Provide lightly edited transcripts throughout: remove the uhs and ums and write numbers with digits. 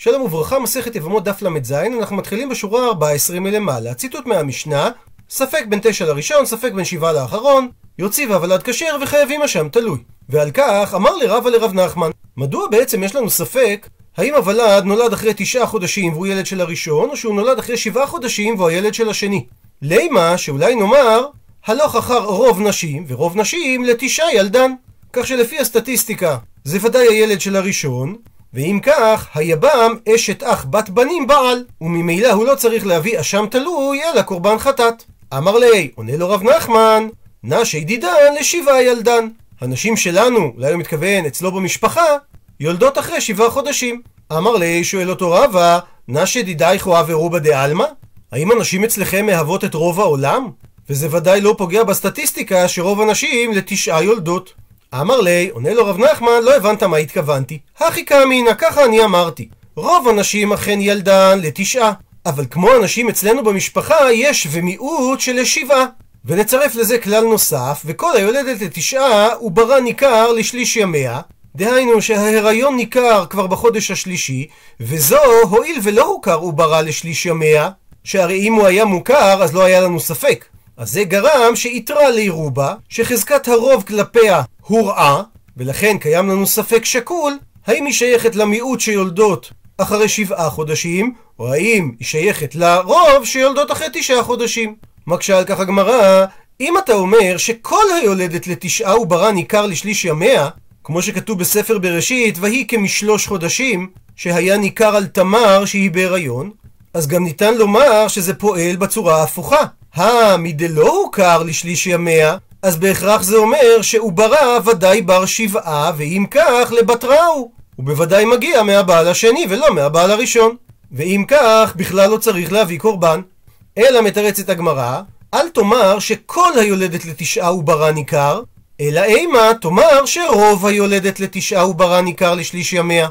שלום וברכה, מסכת יבמות דף ל"ז, אנחנו מתחילים בשורה 14 מלמעלה. ציטוט מהמשנה: ספק בין 9 לראשון, ספק בין 7 לאחרון, יוציא והוולד כשר וחייבים אשם תלוי. ועל כך אמר לרבא לרב נחמן, מדוע בעצם יש לנו ספק האם הוולד נולד אחרי 9 חודשים והוא ילד של הראשון, או שהוא נולד אחרי 7 חודשים והוא הילד של השני? לימה שאולי נאמר הלוך אחר רוב נשים, ורוב נשים ל9 ילדן, כך שלפי הסטטיסטיקה זה ודאי הילד של הראשון, ואם כך, היבם אשת אח בת בנים בעל, וממילא הוא לא צריך להביא אשם תלוי אלא קורבן חטאת. אמר לי, עונה לו רב נחמן, נשי דידן ל7 ילדן. הנשים שלנו, אולי הוא מתכוון אצלו במשפחה, יולדות אחרי 7 חודשים. אמר לי, שואל אותו רבא, נשי דידייך או עברו דעלמא? האם הנשים אצלכם מהוות את רוב העולם? וזה ודאי לא פוגע בסטטיסטיקה שרוב הנשים ל9 יולדות. אמר לי, עונה לו רב נחמן, לא הבנת מה התכוונתי. הכי כאמינה, ככה אני אמרתי. רוב הנשים אכן ילדן ל9, אבל כמו הנשים אצלנו במשפחה, יש ומיעוט של ל7. ונצרף לזה כלל נוסף, וכל היולדת ל9 הוא ברא ניכר לשליש ימיה, דהיינו שההיריון ניכר כבר בחודש השלישי, וזו הועיל ולא הוכר הוא ברא לשליש ימיה, שהרי אם הוא היה מוכר אז לא היה לנו ספק. אז זה גרם שיתרה לירובה, שחזקת הרוב כלפיה הוראה, ולכן קיים לנו ספק שקול, האם היא שייכת למיעוט שיולדות אחרי 7 חודשים, או האם היא שייכת לרוב שיולדות אחרי 9 חודשים. מקשה על כך הגמרא, אם אתה אומר שכל היולדת ל9 הוא ברא ניכר לשליש ימיה, כמו שכתוב בספר בראשית, והיא כ3 חודשים, שהיה ניכר על תמר שהיא בהיריון, אז גם ניתן לומר שזה פועל בצורה ההפוכה. מדלא הוכר לשליש ימיה, אז בהכרח זה אומר שהוא ברא ודאי בר 7, ואם כך לבטראו, הוא בוודאי מגיע מהבעל השני ולא מהבעל הראשון, ואם כך בכלל לא צריך להביא קורבן. אלא מתרצת הגמרא, אל תאמר שכל היולדת ל9 הוא ברא ניכר, אלא אימה תאמר שרוב היולדת ל9 הוא ברא ניכר לשליש ימיה.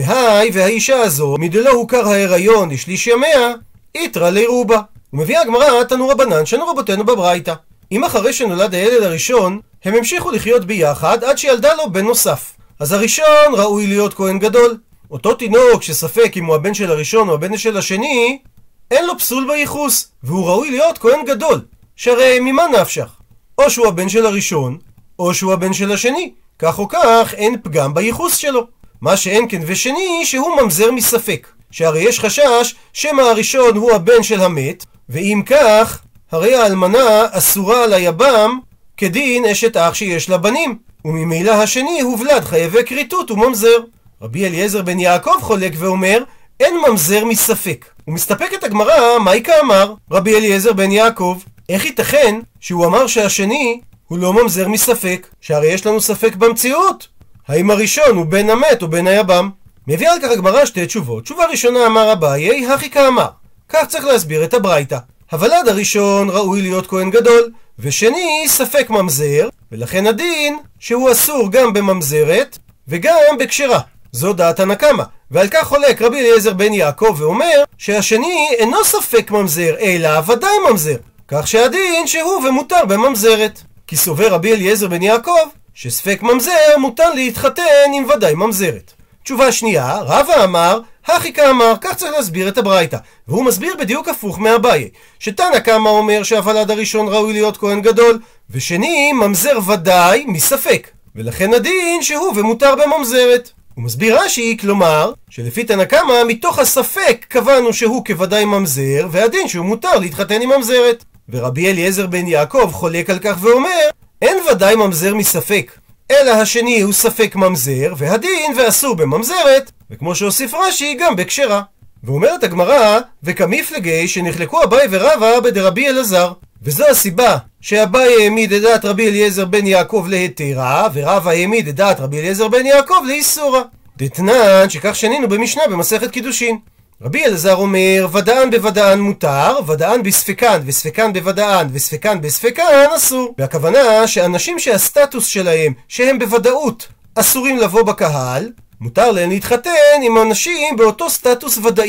והאישה הזו מדלא הוכר ההיריון לשליש ימיה, יתרה לירובה. ומביאה הגמרא תנו רבנן שנו רבותינו בברייתא, אם אחרי שנולד הילד הראשון הם המשיכו לחיות ביחד עד שילדה לו בן נוסף, אז הראשון ראוי להיות כהן גדול. אותו תינוק שספק אם הוא הבן של הראשון או הבן של השני, אין לו פסול בייחוס, והוא ראוי להיות כהן גדול, שהרי ממה נפשך? או שהוא הבן של הראשון או שהוא הבן של השני, כך או כך אין פגם בייחוס שלו. מה שאין כן ושני שהוא ממזר מספק, שהרי יש חשש שמא הראשון הוא הבן של המת, ואם כך הרי האלמנה אסורה על היבם כדין אשת אח שיש לה בנים, וממילא השני הובלד חייבי כריתות וממזר. רבי אליעזר בן יעקב חולק ואומר אין ממזר מספק, ומסתפקת הגמרא מהי כאמר רבי אליעזר בן יעקב. איך ייתכן שהוא אמר שהשני הוא לא ממזר מספק, שהרי יש לנו ספק במציאות האם הראשון הוא בן המת או בן היבם? מביא על כך הגמרא שתי תשובות. תשובה ראשונה אמר אביי הכי כאמר, כך צריך להסביר את הברייתא. הוולד הראשון ראוי להיות כהן גדול, ושני ספק ממזר, ולכן הדין שהוא אסור גם בממזרת וגם בכשרה. זו דעת הנקמה, ועל כך חולק רבי אליעזר בן יעקב ואומר שהשני אינו ספק ממזר אלא ודאי ממזר, כך שהדין שהוא ומותר בממזרת. כי סובר רבי אליעזר בן יעקב שספק ממזר מותר להתחתן עם ודאי ממזרת. תשובה שנייה, רבא אמר הכי כאמר, כך צריך להסביר את הברייתא, והוא מסביר בדיוק הפוך מאביי, שתנא קמא אומר שהוולד הראשון ראוי להיות כהן גדול, ושני ממזר ודאי מספק, ולכן הדין שהוא ומותר בממזרת. הוא מסביר רש"י, כלומר שלפי תנא קמא מתוך הספק קבענו שהוא כוודאי ממזר, והדין שהוא מותר להתחתן עם ממזרת. ורבי אליעזר בן יעקב חולק על כך ואומר אין ודאי ממזר מספק, אלא השני הוא ספק ממזר, והדין ואסור בממזרת, וכמו שהוסיף רש"י גם בכשרה. ואומרת הגמרא וכמפלגי שנחלקו אביי ורבא בדרבי אלעזר, וזו הסיבה שאביי העמיד את דעת רבי אליעזר בן יעקב להתירה, ורבא העמיד את דעת רבי אליעזר בן יעקב לאיסורה. דתנן שכך שנינו במשנה במסכת קידושין. רבי אלעזר אומר ודאן בוודאן מותר, ודאן בספקן וספקן בוודאן וספקן בספקן אסור. והכוונה שאנשים שהסטטוס שלהם שהם בוודאות אסורים לבוא בקהל, מותר להם להתחתן עם אנשים באותו סטטוס ודאי.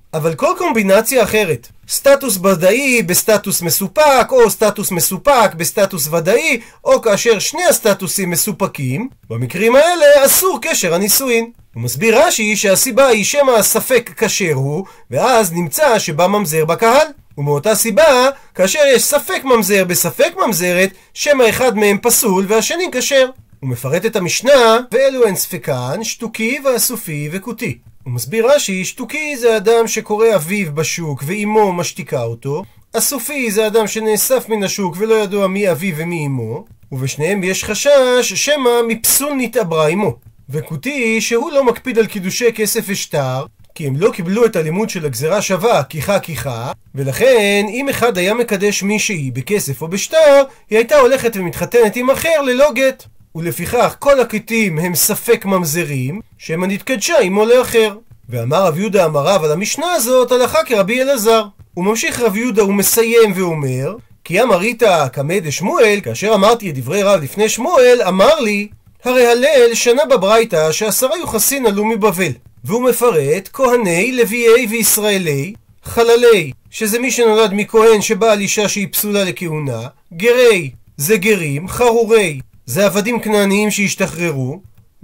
אבל כל קומבינציה אחרת, סטטוס ודאי בסטטוס מסופק, או סטטוס מסופק בסטטוס ודאי, או כאשר שני הסטטוסים מסופקים, במקרים האלה אסור קשר הנישואין. הוא מסביר רש"י שהסיבה היא שמא הספק כשר הוא, ואז נמצא שבא ממזר בקהל. ומאותה סיבה, כאשר יש ספק ממזר בספק ממזרת, שמא אחד מהם פסול והשני כשר. הוא מפרט את המשנה, ואלו הן ספקן, שטוקי ואסופי וכותי. הוא מסביר רש"י, שטוקי זה אדם שקורא אביו בשוק ואימו משתיקה אותו, אסופי זה אדם שנאסף מן השוק ולא ידוע מי אביו ומי אימו, ובשניהם יש חשש שמא מפסול נתעברה אימו. וכותי שהוא לא מקפיד על קידושי כסף ושטר, כי הם לא קיבלו את הלימוד של הגזרה שווה כיחה, ולכן אם אחד היה מקדש מישהי בכסף או בשטר, היא הייתה הולכת ומתחתנת עם אחר ללא גט. ולפיכך כל הכתים הם ספק ממזרים, שהם נתקדשה עמו לאחר. ואמר רב יהודה אמר רב על המשנה הזאת הלכה כרבי אלעזר. הוא ממשיך רב יהודה ומסיים ואומר, כי אמרית קמא דשמואל, כאשר אמרתי את דברי רב לפני שמואל, אמר לי, הרי הלל שנה בברייתא ש10 יוחסין עלו מבבל. והוא מפרט כהני, לוויי וישראלי, חללי, שזה מי שנולד מכהן שבא על אישה שהיא פסולה לכהונה, גרי, זה גרים, חרורי, זה עבדים כנעניים שהשתחררו,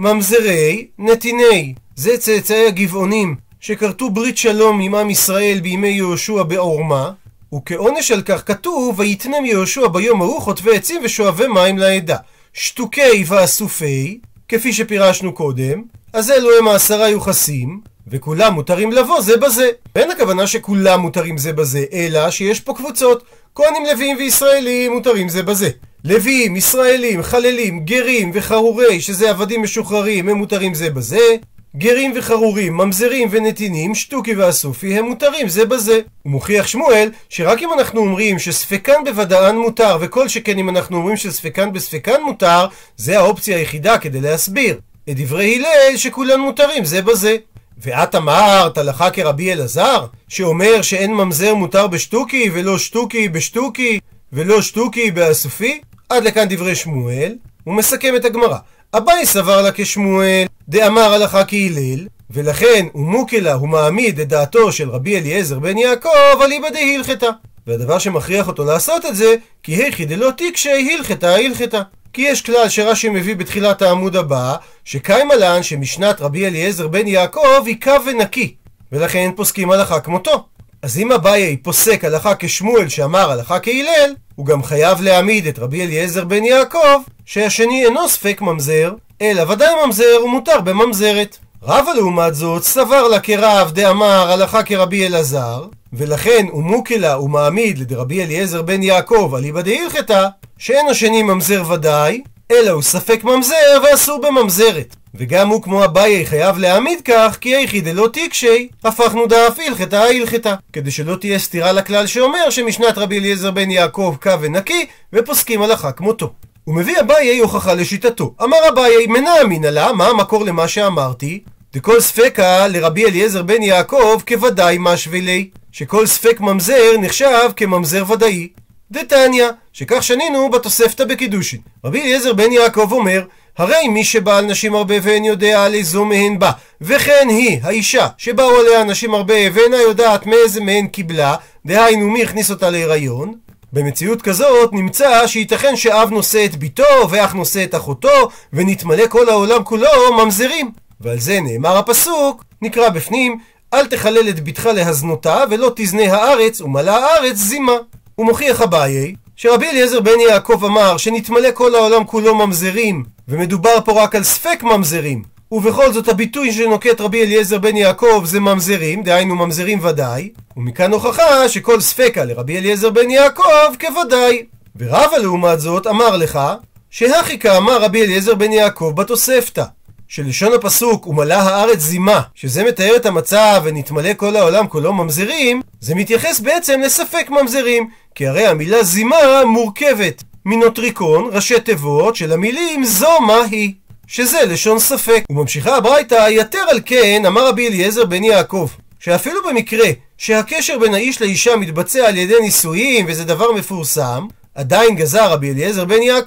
ממזרי, נתיני, זה צאצאי הגבעונים שכרתו ברית שלום עם עם ישראל בימי יהושע בעורמה, וכעונש על כך כתוב, ויתנם יהושע ביום ההוא חוטבי עצים ושואבי מים לעדה. שטוקי ואסופי, כפי שפירשנו קודם, אז אלו הם 10 יוחסים, וכולם מותרים לבוא זה בזה. אין הכוונה שכולם מותרים זה בזה, אלא שיש פה קבוצות, כהנים לוויים וישראלים מותרים זה בזה. לוויים, ישראלים, חללים, גרים וחרורי, שזה עבדים משוחררים, הם מותרים זה בזה. גרים וחרורים, ממזרים ונתינים, שטוקי ואסופי, הם מותרים זה בזה. הוא מוכיח שמואל שרק אם אנחנו אומרים שספקן בוודאן מותר, וכל שכן אם אנחנו אומרים שספקן בספקן מותר, זה האופציה היחידה כדי להסביר את דברי הלל שכולן מותרים זה בזה. ואת אמרת הלכה כרבי אלעזר, שאומר שאין ממזר מותר בשטוקי, ולא שטוקי בשטוקי, ולא שטוקי באסופי? עד לכאן דברי שמואל. הוא מסכם את הגמרא. אביי סבר לה כשמואל, דאמר הלכה כהלל, ולכן הוא מוקלה, הוא מעמיד את דעתו של רבי אליעזר בן יעקב על איבא דהילכתא. והדבר שמכריח אותו לעשות את זה, כי היכי דלא תיקשי הילכתא. כי יש כלל שרש"י מביא בתחילת העמוד הבא, שקיימה לן שמשנת רבי אליעזר בן יעקב היא קו ונקי, ולכן פוסקים הלכה כמותו. אז אם אביי פוסק הלכה כשמואל שאמר הלכה כהלל, הוא גם חייב להעמיד את רבי אליעזר בן יעקב, שהשני אינו ספק ממזר, אלא ודאי ממזר ומותר בממזרת. רבא לעומת זאת סבר לה כרב דאמר הלכה כרבי אלעזר, ולכן הוא מוקלה, הוא מעמיד לדרבי אליעזר בן יעקב על איבא דהילכתא, שאין השני ממזר ודאי, אלא הוא ספק ממזר ואסור בממזרת. וגם הוא כמו אביי חייב להעמיד כך, כי היכי דלא תיקשי, הפכנו דאף הילכתא, כדי שלא תהיה סתירה לכלל שאומר שמשנת רבי אליעזר בן יעקב קו ונקי, ופוסקים הלכה כמותו. הוא מביא אביי הוכחה לשיטתו. אמר אביי מנע אמינא לה, מה המקור למה שאמרתי? דכל ספקה לרבי אליעזר בן יעקב כוודאי משווה לי, שכל ספק ממזר נחשב כממזר ודאי. דתניא, שכך שנינו בתוספתא בקידושין. רבי אליעזר בן יעקב אומר, הרי מי שבא על נשים הרבה ואין יודע על איזו מהן בא, וכן היא, האישה, שבאו עליה נשים הרבה ואינה יודעת מאיזה מהן קיבלה, דהיינו מי הכניס אותה להיריון. במציאות כזאת נמצא שייתכן שאב נושא את ביתו ואח נושא את אחותו, ונתמלא כל העולם כולו ממזרים. ועל זה נאמר הפסוק, נקרא בפנים, אל תחלל את ביתך להזנותה ולא תזנה הארץ ומלא הארץ זימה. הוא מוכיח אביי שרבי אליעזר בן יעקב אמר שנתמלא כל העולם כולו ממזרים, ומדובר פה רק על ספק ממזרים, ובכל זאת הביטוי שנוקט רבי אליעזר בן יעקב זה ממזרים, דהיינו ממזרים ודאי, ומכאן הוכחה שכל ספקה לרבי אליעזר בן יעקב כוודאי. ורבא לעומת זאת אמר לך שהכי כאמר רבי אליעזר בן יעקב בתוספתא, שלשון הפסוק ומלא הארץ זימה, שזה מתאר את המצב ונתמלא כל העולם כולו ממזרים, זה מתייחס בעצם לספק ממזרים, כי הרי המילה זימה מורכבת מנוטריקון, ראשי תיבות של המילים זו מה היא, שזה לשון ספק. וממשיכה הברייתא, יתר על כן אמר רבי אליעזר בן יעקב, שאפילו במקרה שהקשר בין האיש לאישה מתבצע על ידי נישואים וזה דבר מפורסם, עדיין גזר רבי אליעזר בן יעקב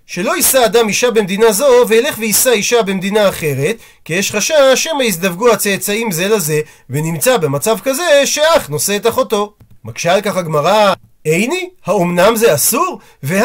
שלא יישא אדם אישה במדינה זו וילך ויישא אישה במדינה אחרת, כי יש חשש שמא יזדווגו הצאצאים זה לזה, ונמצא במצב כזה שאח נושא את אחותו. מקשה על כך הגמרא, איני, האומנם זה אסור?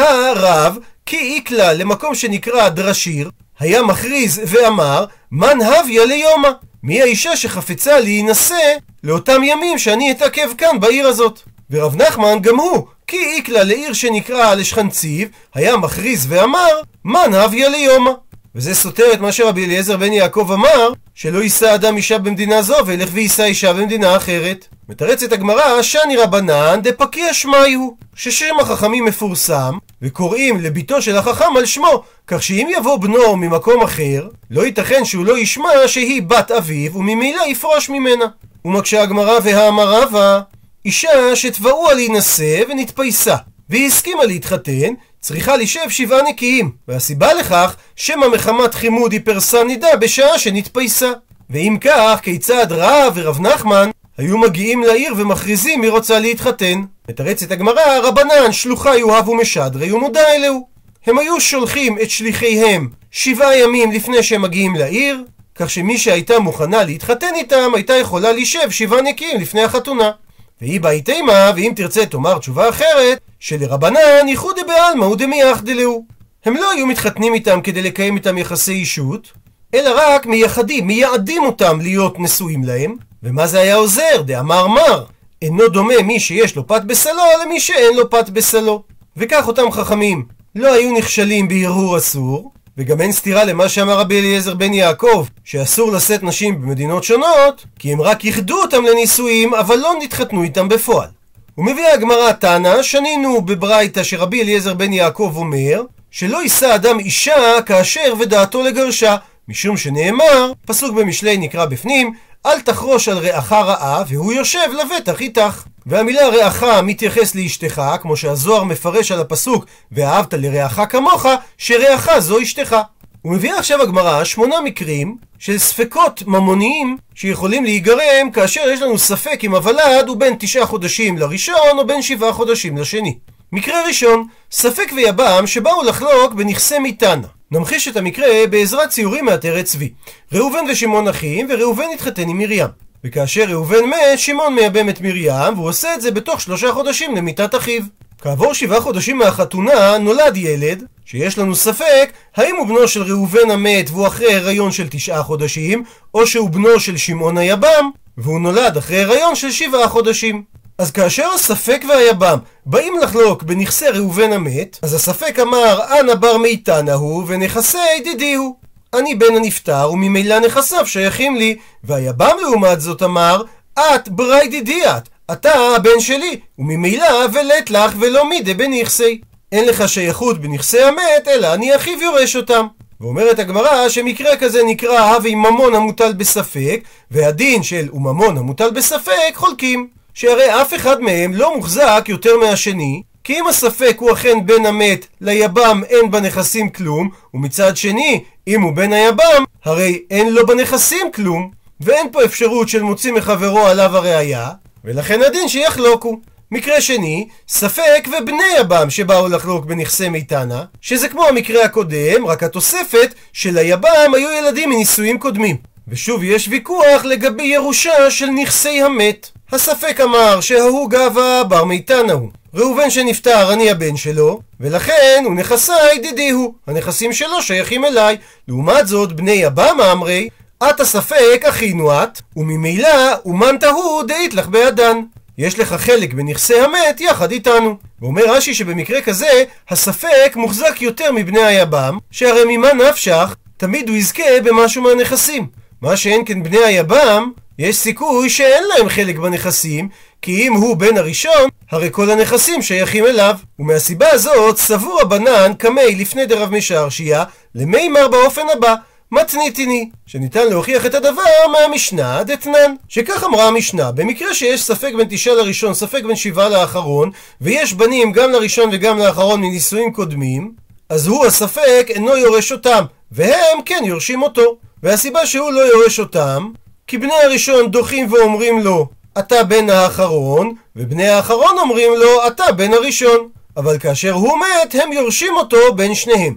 והרב כי איקלה למקום שנקרא דרשיר, היה מכריז ואמר, מן הביה ליומא, מי האישה שחפצה להינשא לאותם ימים שאני אתעכב כאן בעיר הזאת. ורב נחמן גם הוא, כי איקלה לעיר שנקרא לשכנציב, היה מכריז ואמר, מן הביה ליומא. וזה סותר את מה שרבי אליעזר בן יעקב אמר, שלא יישא אדם אישה במדינה זו וילך ויישא אישה במדינה אחרת. מתרצת הגמרא, שאני רבנן דפקיע שמיהו, ששם החכמים מפורסם, וקוראים לביתו של החכם על שמו, כך שאם יבוא בנו ממקום אחר, לא ייתכן שהוא לא ישמע שהיא בת אביו, וממילא יפרוש ממנה. ומקשה הגמרא והאמר רבא, אישה שתבעו על להינשא ונתפייסה, והיא הסכימה להתחתן, צריכה לשב 7 נקיים, והסיבה לכך שמא מחמת חימוד היא פרסה נידה בשעה שנתפייסה. ואם כך, כיצד רב ורב נחמן היו מגיעים לעיר ומכריזים מי רוצה להתחתן? מתרצת הגמרא, רבנן שלוחה יאהב ומשדרי ומודע אלוהו. הם היו שולחים את שליחיהם 7 ימים לפני שהם מגיעים לעיר, כך שמי שהייתה מוכנה להתחתן איתם הייתה יכולה לשב 7 נקיים לפני החתונה. והיא באי תימה, ואם תרצה תאמר תשובה אחרת, שלרבנן ייחודי בעלמא ודמייחד דלהו. הם לא היו מתחתנים איתם כדי לקיים איתם יחסי אישות, אלא רק מייעדים אותם להיות נשואים להם. ומה זה היה עוזר? דאמר מר, אינו דומה מי שיש לו פת בסלו למי שאין לו פת בסלו. וכך אותם חכמים לא היו נכשלים בהרהור אסור, וגם אין סתירה למה שאמר רבי אליעזר בן יעקב, שאסור לשאת נשים במדינות שונות, כי הם רק ייחדו אותם לנישואים, אבל לא נתחתנו איתם בפועל. ומביאה הגמרא תנא, שנינו בברייתא שרבי אליעזר בן יעקב אומר, שלא יישא אדם אישה כאשר ודעתו לגרשה, משום שנאמר, פסוק במשלי נקרא בפנים, אל תחרוש על רעך רעה, והוא יושב לבטח איתך. והמילה רעך מתייחס לאשתך, כמו שהזוהר מפרש על הפסוק, ואהבת לרעך כמוך, שרעך זו אשתך. הוא מביא עכשיו הגמרא 8 מקרים של ספקות ממוניים שיכולים להיגרם כאשר יש לנו ספק אם הוולד הוא בין 9 חודשים לראשון או בין 7 חודשים לשני. מקרה ראשון, ספק ויבם שבאו לחלוק בנכסי מיתנה. נמחיש את המקרה בעזרת ציורים מעטרת צבי. ראובן ושמעון אחים, וראובן התחתן עם מרים. וכאשר ראובן מת, שמעון מייבם את מרים, והוא עושה את זה בתוך 3 חודשים למיתת אחיו. כעבור 7 חודשים מהחתונה נולד ילד, שיש לנו ספק האם הוא בנו של ראובן המת והוא אחרי הריון של 9 חודשים, או שהוא בנו של שמעון היבם, והוא נולד אחרי הריון של 7 חודשים. אז כאשר הספק והיבם באים לחלוק בנכסי ראובן המת, אז הספק אמר, אנא בר מיתנה הוא ונכסי ידידי הוא. אני בן הנפטר וממילא נכסיו שייכים לי. והיבם לעומת זאת אמר, את ברי דידי את, אתה הבן שלי, וממילא ולט לך ולא מידי בנכסי. אין לך שייכות בנכסי המת, אלא אני אחיו יורש אותם. ואומרת הגמרא שמקרה כזה נקרא הווי ממון המוטל בספק, והדין של וממון המוטל בספק חולקים. שהרי אף אחד מהם לא מוחזק יותר מהשני, כי אם הספק הוא אכן בן המת, ליבם אין בנכסים כלום, ומצד שני, אם הוא בן היבם, הרי אין לו בנכסים כלום, ואין פה אפשרות של מוציא מחברו עליו הראיה, ולכן הדין שיחלוקו. מקרה שני, ספק ובני יבם שבאו לחלוק בנכסי מיתנה, שזה כמו המקרה הקודם, רק התוספת של היבם היו ילדים מנישואים קודמים. ושוב יש ויכוח לגבי ירושה של נכסי המת. הספק אמר שההוא גבה בר מיתנה הוא, ראובן שנפטר אני הבן שלו, ולכן הוא נכסי ידידי הוא, הנכסים שלו שייכים אליי. לעומת זאת בני יבם אמרי, את הספק אחינו את, וממילא אומנת הוא דאית לך בידן, יש לך חלק בנכסי המת יחד איתנו. ואומר רש"י שבמקרה כזה הספק מוחזק יותר מבני היבם, שהרי ממה נפשך תמיד הוא יזכה במשהו מהנכסים. מה שאין כן בני היבם, יש סיכוי שאין להם חלק בנכסים, כי אם הוא בן הראשון, הרי כל הנכסים שייכים אליו. ומהסיבה הזאת סבור הבנן כמי לפני דרב משרשיה למימר באופן הבא, מתניתיני, שניתן להוכיח את הדבר מהמשנה דתנן. שכך אמרה המשנה, במקרה שיש ספק בין 9 לראשון, ספק בין 7 לאחרון, ויש בנים גם לראשון וגם לאחרון מנישואים קודמים, אז הוא הספק אינו יורש אותם, והם כן יורשים אותו. והסיבה שהוא לא יורש אותם, כי בני הראשון דוחים ואומרים לו אתה בן האחרון, ובני האחרון אומרים לו אתה בן הראשון, אבל כאשר הוא מת הם יורשים אותו בין שניהם.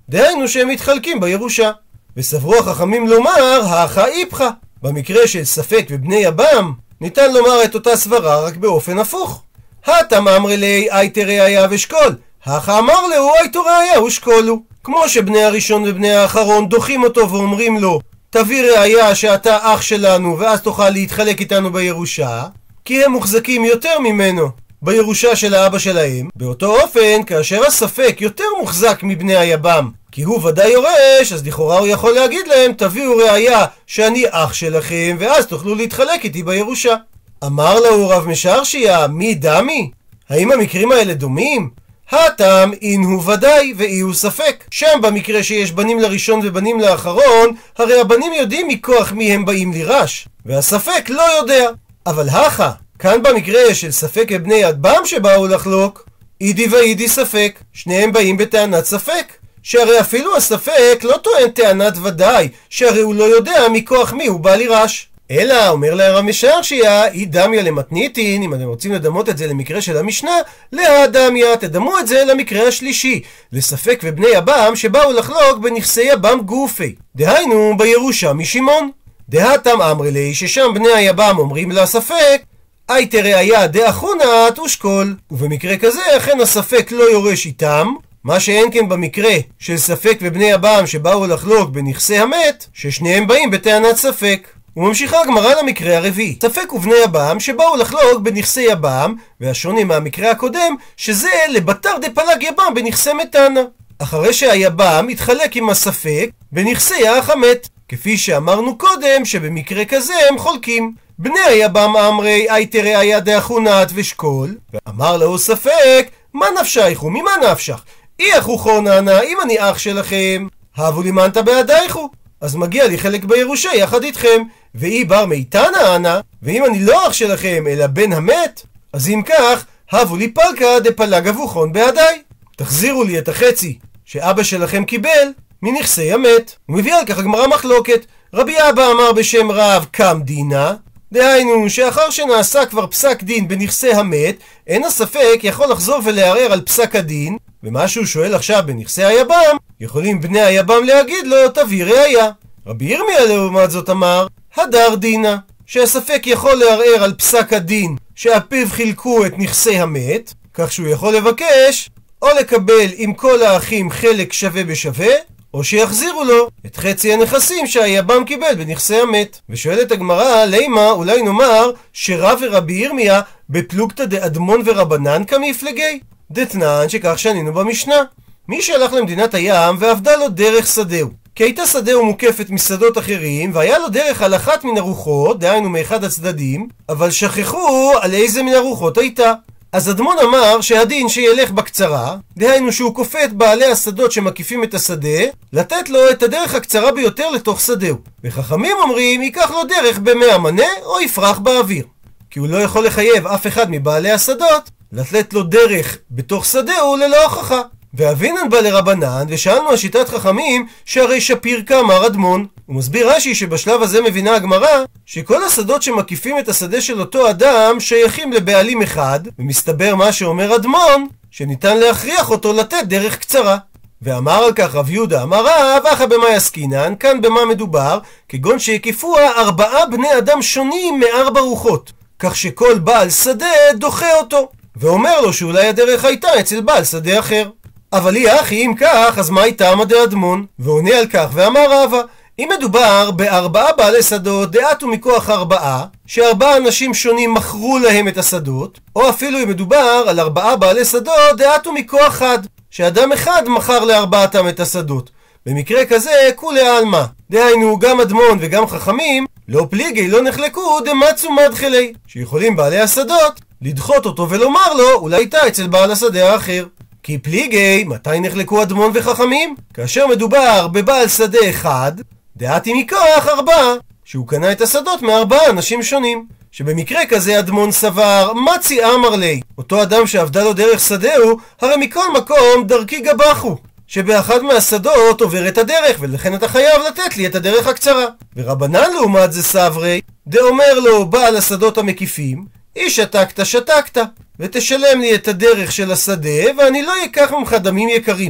דהיינו שהם מתחלקים בירושה. וסברו החכמים לומר, האחה איפכה. במקרה של ספק ובני יבם, ניתן לומר את אותה סברה רק באופן הפוך. התם אמרי לי הייתה ראיה ושקול, האחה אמר לו הייתה ראיה ושקולו. כמו שבני הראשון ובני האחרון דוחים אותו ואומרים לו, תביא ראיה שאתה אח שלנו ואז תוכל להתחלק איתנו בירושה, כי הם מוחזקים יותר ממנו בירושה של האבא שלהם. באותו אופן, כאשר הספק יותר מוחזק מבני היבם, כי הוא ודאי יורש, אז לכאורה הוא יכול להגיד להם, תביאו ראיה שאני אח שלכם ואז תוכלו להתחלק איתי בירושה. אמר לו רב משרשיה, מי דמי? האם המקרים האלה דומים? הטעם אין הוא ודאי ואי הוא ספק. שם במקרה שיש בנים לראשון ובנים לאחרון, הרי הבנים יודעים מכוח מי הם באים לירש, והספק לא יודע. אבל הכה, כאן במקרה של ספק ובני יבם שבאו לחלוק, אידי ואידי ספק, שניהם באים בטענת ספק, שהרי אפילו הספק לא טוען טענת ודאי, שהרי הוא לא יודע מכוח מי הוא בא לירש. אלא, אומר לרב משרשיה, היא דמיה למתניתין, אם אתם רוצים לדמות את זה למקרה של המשנה, להדמיה, תדמו את זה למקרה השלישי, לספק ובני יבם שבאו לחלוק בנכסי יבם גופי, דהיינו בירושה משמעון. דהתם אמרי לי, ששם בני היבם אומרים לספק, הייתה ראיה דאחונת ושקול, ובמקרה כזה אכן הספק לא יורש איתם, מה שאין כן במקרה של ספק ובני יבם שבאו לחלוק בנכסי המת, ששניהם באים בטענת ספק. וממשיכה הגמרא למקרה הרביעי, ספק ובני יבם שבאו לחלוק בנכסי יבם, והשוני מהמקרה הקודם שזה לבתר דפלג יבם בנכסי מתנה, אחרי שהיבם התחלק עם הספק בנכסי האח המת, כפי שאמרנו קודם שבמקרה כזה הם חולקים. בני היבם אמרי הייתה ראיה דאחונת ושקול, ואמר לו ספק, מה נפשייכו? ממה נפשך? אי אחו חוננה, אם אני אח שלכם, הבו לימנתא בעדייכו, אז מגיע לי חלק בירושה יחד איתכם. ואי בר מיתנה אנא, ואם אני לא אח שלכם אלא בן המת, אז אם כך, הבו לי פלקא דפלג אבוכון בעדיי, תחזירו לי את החצי שאבא שלכם קיבל מנכסי המת. ומביא על כך הגמרא מחלוקת. רבי אבא אמר בשם רב קם דינה, דהיינו שאחר שנעשה כבר פסק דין בנכסי המת, אין הספק יכול לחזור ולערער על פסק הדין, ומה שהוא שואל עכשיו בנכסי היבם, יכולים בני היבם להגיד לו תביא ראיה. רבי ירמיה לעומת זאת אמר הדר דינה, שהספק יכול לערער על פסק הדין שאפיו חילקו את נכסי המת, כך שהוא יכול לבקש או לקבל עם כל האחים חלק שווה בשווה, או שיחזירו לו את חצי הנכסים שהיבם קיבל בנכסי המת. ושואלת הגמרא, לימה אולי נאמר שרב ורבי ירמיה בפלוגתא דאדמון ורבנן כמפלגי? דתנן שכך שנינו במשנה, מי שהלך למדינת הים ועבדה לו דרך שדהו, כי הייתה שדהו מוקפת משדות אחרים, והיה לו דרך על אחת מן הרוחות, דהיינו מאחד הצדדים, אבל שכחו על איזה מן הרוחות הייתה. אז אדמון אמר שהדין שילך בקצרה, דהיינו שהוא כופה את בעלי השדות שמקיפים את השדה, לתת לו את הדרך הקצרה ביותר לתוך שדהו. וחכמים אומרים, ייקח לו דרך ב100 מנה או יפרח באוויר. כי הוא לא יכול לחייב אף אחד מבעלי השדות לתת לו דרך בתוך שדהו ללא הוכחה. ואבינן בא לרבנן, ושאלנו על שיטת חכמים שהרי שפיר כאמר אדמון. הוא מסביר רש"י שבשלב הזה מבינה הגמרא שכל השדות שמקיפים את השדה של אותו אדם שייכים לבעלים אחד, ומסתבר מה שאומר אדמון שניתן להכריח אותו לתת דרך קצרה. ואמר על כך רב יהודה אמר רב אחא במה עסקינן, כאן במה מדובר? כגון שהקיפוה 4 בני אדם שונים מ4 רוחות, כך שכל בעל שדה דוחה אותו ואומר לו שאולי הדרך הייתה אצל בעל שדה אחר. אבל היא אחי, אם כך, אז מה הייתה עמד אדמון? ועונה על כך ואמר רבא, אם מדובר ב4 בעלי שדות דעתו מכוח 4, ש4 אנשים שונים מכרו להם את השדות, או אפילו אם מדובר על 4 בעלי שדות דעתו מכוח 1, שאדם אחד מכר ל4 את השדות. במקרה כזה כולי עלמא, דהיינו גם אדמון וגם חכמים לא פליגי לא נחלקו דמצו מדחלי, שיכולים בעלי השדות לדחות אותו ולומר לו אולי הייתה אצל בעל השדה האחר. כי פליגי, מתי נחלקו אדמון וחכמים? כאשר מדובר בבעל שדה אחד, דעתי מכוח 4, שהוא קנה את השדות מ4 אנשים שונים. שבמקרה כזה אדמון סבר, מצי אמר לי, אותו אדם שעבדה לו דרך שדהו, הרי מכל מקום דרכי גבחו, שבאחד מהשדות עובר את הדרך, ולכן אתה חייב לתת לי את הדרך הקצרה. ורבנן לעומת זה סברי, דאומר לו בעל השדות המקיפים, אי שתקת שתקת, ותשלם לי את הדרך של השדה, ואני לא אקח ממך דמים יקרים.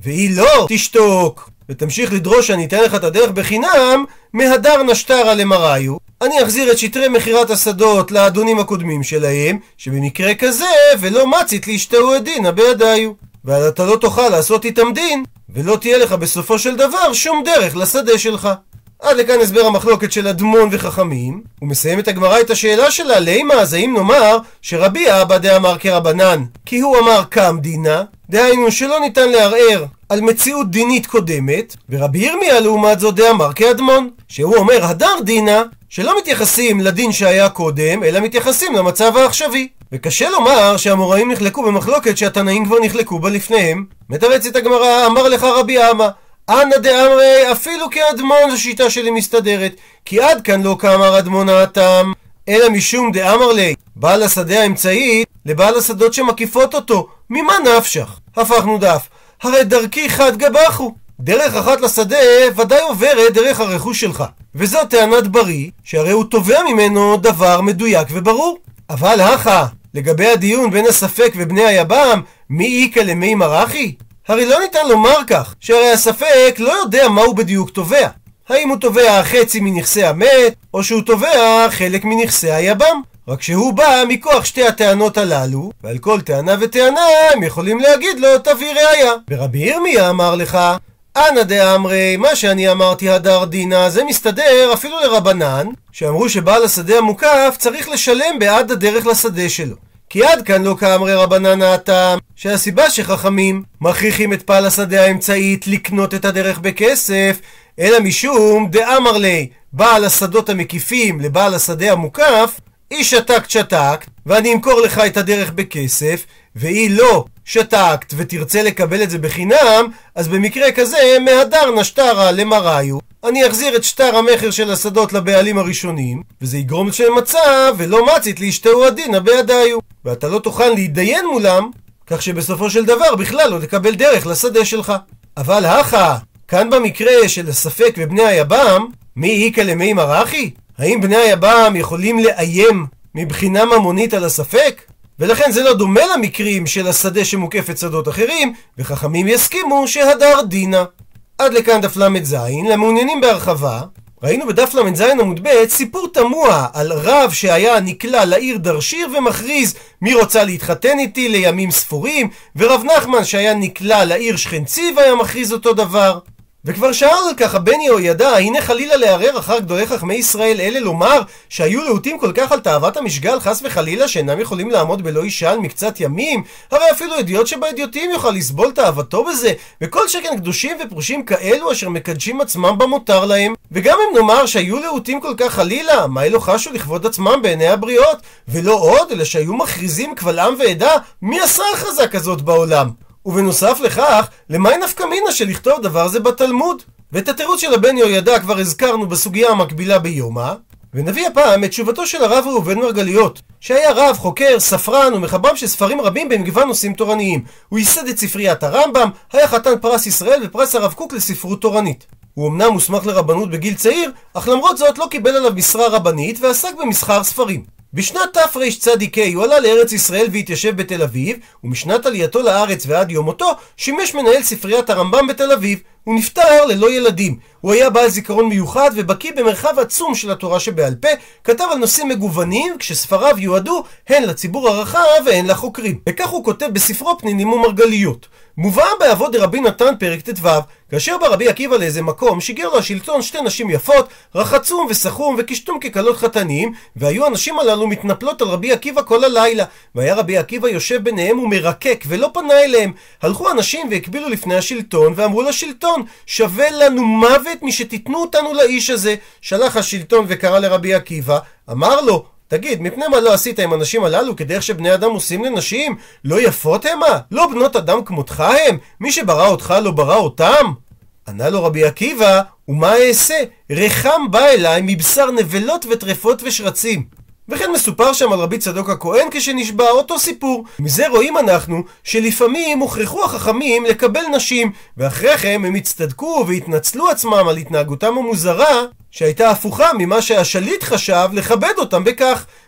והיא לא תשתוק ותמשיך לדרוש שאני אתן לך את הדרך בחינם, מהדר נשטרה למראיו, אני אחזיר את שטרי מחירת השדות לאדונים הקודמים שלהם, שבמקרה כזה ולא מצית להשתהו עדינה בידיו, ואתה לא תוכל לעשות איתם דין, ולא תהיה לך בסופו של דבר שום דרך לשדה שלך. עד לכאן הסבר המחלוקת של אדמון וחכמים, ומסיים את הגמרא את השאלה שלה, לימה, אז האם נאמר שרבי אבא דאמר כרבנן, כי הוא אמר קם דינה, דהיינו שלא ניתן לערער על מציאות דינית קודמת, ורבי ירמיה לעומת זאת דאמר כאדמון, שהוא אומר הדר דינה, שלא מתייחסים לדין שהיה קודם, אלא מתייחסים למצב העכשווי. וקשה לומר שהאמוראים נחלקו במחלוקת שהתנאים כבר נחלקו בה לפניהם. מתרצת הגמרא, אמר לך רבי אבא, אנא דאמרי אפילו כאדמון זו שיטה שלי מסתדרת, כי עד כאן לא כאמר אדמון האטם, אלא משום דאמר לי בעל השדה האמצעי לבעל השדות שמקיפות אותו, ממה נפשך? הפכנו דף, הרי דרכי חד גבחו, דרך אחת לשדה ודאי עוברת דרך הרכוש שלך, וזו טענת בריא שהרי הוא תובע ממנו דבר מדויק וברור. אבל הכה לגבי הדיון בין הספק ובני היבם, מי איקה למי מרחי? הרי לא ניתן לומר כך, שהרי הספק לא יודע מה הוא בדיוק תובע. האם הוא תובע חצי מנכסי המת, או שהוא תובע חלק מנכסי היבם? רק שהוא בא מכוח שתי הטענות הללו, ועל כל טענה וטענה הם יכולים להגיד לו תביא ראיה. ורבי ירמיה אמר לך, אנא דאמרי, מה שאני אמרתי הדר דינה, זה מסתדר אפילו לרבנן, שאמרו שבעל השדה המוקף צריך לשלם בעד הדרך לשדה שלו. כי עד כאן לא כאמרי רבנן האטם, שהסיבה שחכמים מכריחים את בעל השדה האמצעית לקנות את הדרך בכסף, אלא משום דאמר לי בעל השדות המקיפים לבעל השדה המוקף, היא שתקת ואני אמכור לך את הדרך בכסף, והיא לא שתקת ותרצה לקבל את זה בחינם, אז במקרה כזה מהדר נשטרה למראיו, אני אחזיר את שטר המחר של השדות לבעלים הראשונים, וזה יגרום למצב ולא מצית להשתהו עדינה בידיו, ואתה לא תוכל להתדיין מולם, כך שבסופו של דבר בכלל לא תקבל דרך לשדה שלך. אבל הכה, כאן במקרה של הספק ובני היבם, מי איקה למי מרחי? האם בני היבם יכולים לאיים מבחינה ממונית על הספק? ולכן זה לא דומה למקרים של השדה שמוקפת שדות אחרים, וחכמים יסכימו שהדר דינה. עד לכאן דף ל"ז. למעוניינים בהרחבה, ראינו בדף ל"ז עמוד ב' סיפור תמוה על רב שהיה נקלע לעיר דרשיר ומכריז מי רוצה להתחתן איתי לימים ספורים, ורב נחמן שהיה נקלע לעיר שכנציב היה מכריז אותו דבר. וכבר שאל על כך הבן יהוידע, הנה חלילה לערער אחר גדולי חכמי ישראל אלה לומר שהיו להוטים כל כך על תאוות המשגל חס וחלילה שאינם יכולים לעמוד בלא אישה על מקצת ימים, הרי אפילו אדיוט שבאדיוטים יוכל לסבול תאוותו בזה, וכל שכן קדושים ופרושים כאלו אשר מקדשים עצמם במותר להם. וגם אם נאמר שהיו להוטים כל כך חלילה, מה אלו חשו לכבוד עצמם בעיני הבריות, ולא עוד אלא שהיו מכריזים קבל עם ועדה, מי עשה הכרזה כזאת בעולם? ובנוסף לכך, למאי נפקא מינה של לכתוב דבר זה בתלמוד? ואת התירוץ של הבן יהוידע כבר הזכרנו בסוגיה המקבילה ביומא, ונביא הפעם את תשובתו של הרב ראובן מרגליות, שהיה רב, חוקר, ספרן ומחברם של ספרים רבים במגוון נושאים תורניים. הוא ייסד את ספריית הרמב"ם, היה חתן פרס ישראל ופרס הרב קוק לספרות תורנית. הוא אמנם מוסמך לרבנות בגיל צעיר, אך למרות זאת לא קיבל עליו משרה רבנית ועסק במסחר ספרים. בשנת תרצ"ק הוא עלה לארץ ישראל והתיישב בתל אביב, ומשנת עלייתו לארץ ועד יום מותו שימש מנהל ספריית הרמב"ם בתל אביב. הוא נפטר ללא ילדים. הוא היה בעל זיכרון מיוחד ובקיא במרחב עצום של התורה שבעל פה, כתב על נושאים מגוונים כשספריו יועדו הן לציבור הרחב והן לחוקרים. וכך הוא כותב בספרו פנינים ומרגליות. מובא באבות דרבי נתן פרק ט"ו, כאשר בא רבי עקיבא לאיזה מקום שיגר לו השלטון שתי נשים יפות, רחצום וסחום וקשתום כקלות חתנים, והיו הנשים הללו מתנפלות על רבי עקיבא כל הלילה, והיה רבי עקיבא יושב ביניהם ומרקק ולא פנה אליהם. הלכו אנשים והקבילו לפני השלטון ואמרו לשלטון, שווה לנו מוות משתיתנו אותנו לאיש הזה. שלח השלטון וקרא לרבי עקיבא, אמר לו, תגיד, מפני מה לא עשית עם הנשים הללו כדרך שבני אדם עושים לנשים? לא יפות המה? לא בנות אדם כמותך הם? מי שברא אותך לא ברא אותם? ענה לו רבי עקיבא, ומה אעשה? רחם בא אליי מבשר נבלות וטרפות ושרצים. וכן מסופר שם על רבי צדוק הכהן כשנשבע אותו סיפור. מזה רואים אנחנו שלפעמים הוכרחו החכמים לקבל נשים, ואחרי כן הם הצטדקו והתנצלו עצמם על התנהגותם המוזרה שהייתה הפוכה ממה שהשליט חשב לכבד אותם בכך.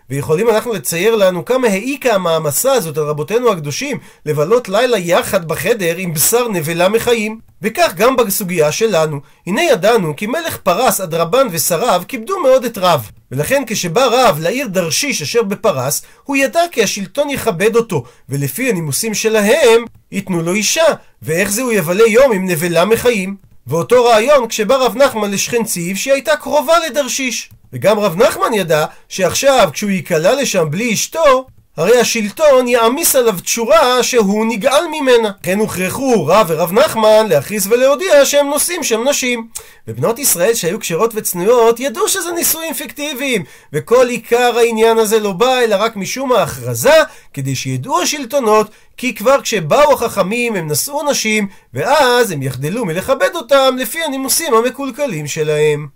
ויכולים אנחנו לצייר לנו כמה העיקה המעמסה הזאת על רבותינו הקדושים לבלות לילה יחד בחדר עם בשר נבלה מחיים. וכך גם בסוגיה שלנו. הנה ידענו כי מלך פרס אדרבן ושריו כיבדו מאוד את רב, ולכן כשבא רב לעיר דרשיש אשר בפרס, הוא ידע כי השלטון יכבד אותו, ולפי הנימוסים שלהם ייתנו לו אישה, ואיך זה הוא יבלה יום עם נבלה מחיים. ואותו רעיון כשבא רב נחמן לשכן ציב שהיא הייתה קרובה לדרשיש, וגם רב נחמן ידע שעכשיו כשהוא ייקלע לשם בלי אשתו, הרי השלטון יעמיס עליו תשורה שהוא נגעל ממנה. כן הוכרחו רב ורב נחמן להכריז ולהודיע שהם נושאים שם נשים. ובנות ישראל שהיו כשרות וצנועות ידעו שזה נישואים פיקטיביים, וכל עיקר העניין הזה לא בא אלא רק משום ההכרזה, כדי שידעו השלטונות כי כבר כשבאו החכמים הם נשאו נשים, ואז הם יחדלו מלכבד אותם לפי הנימוסים המקולקלים שלהם.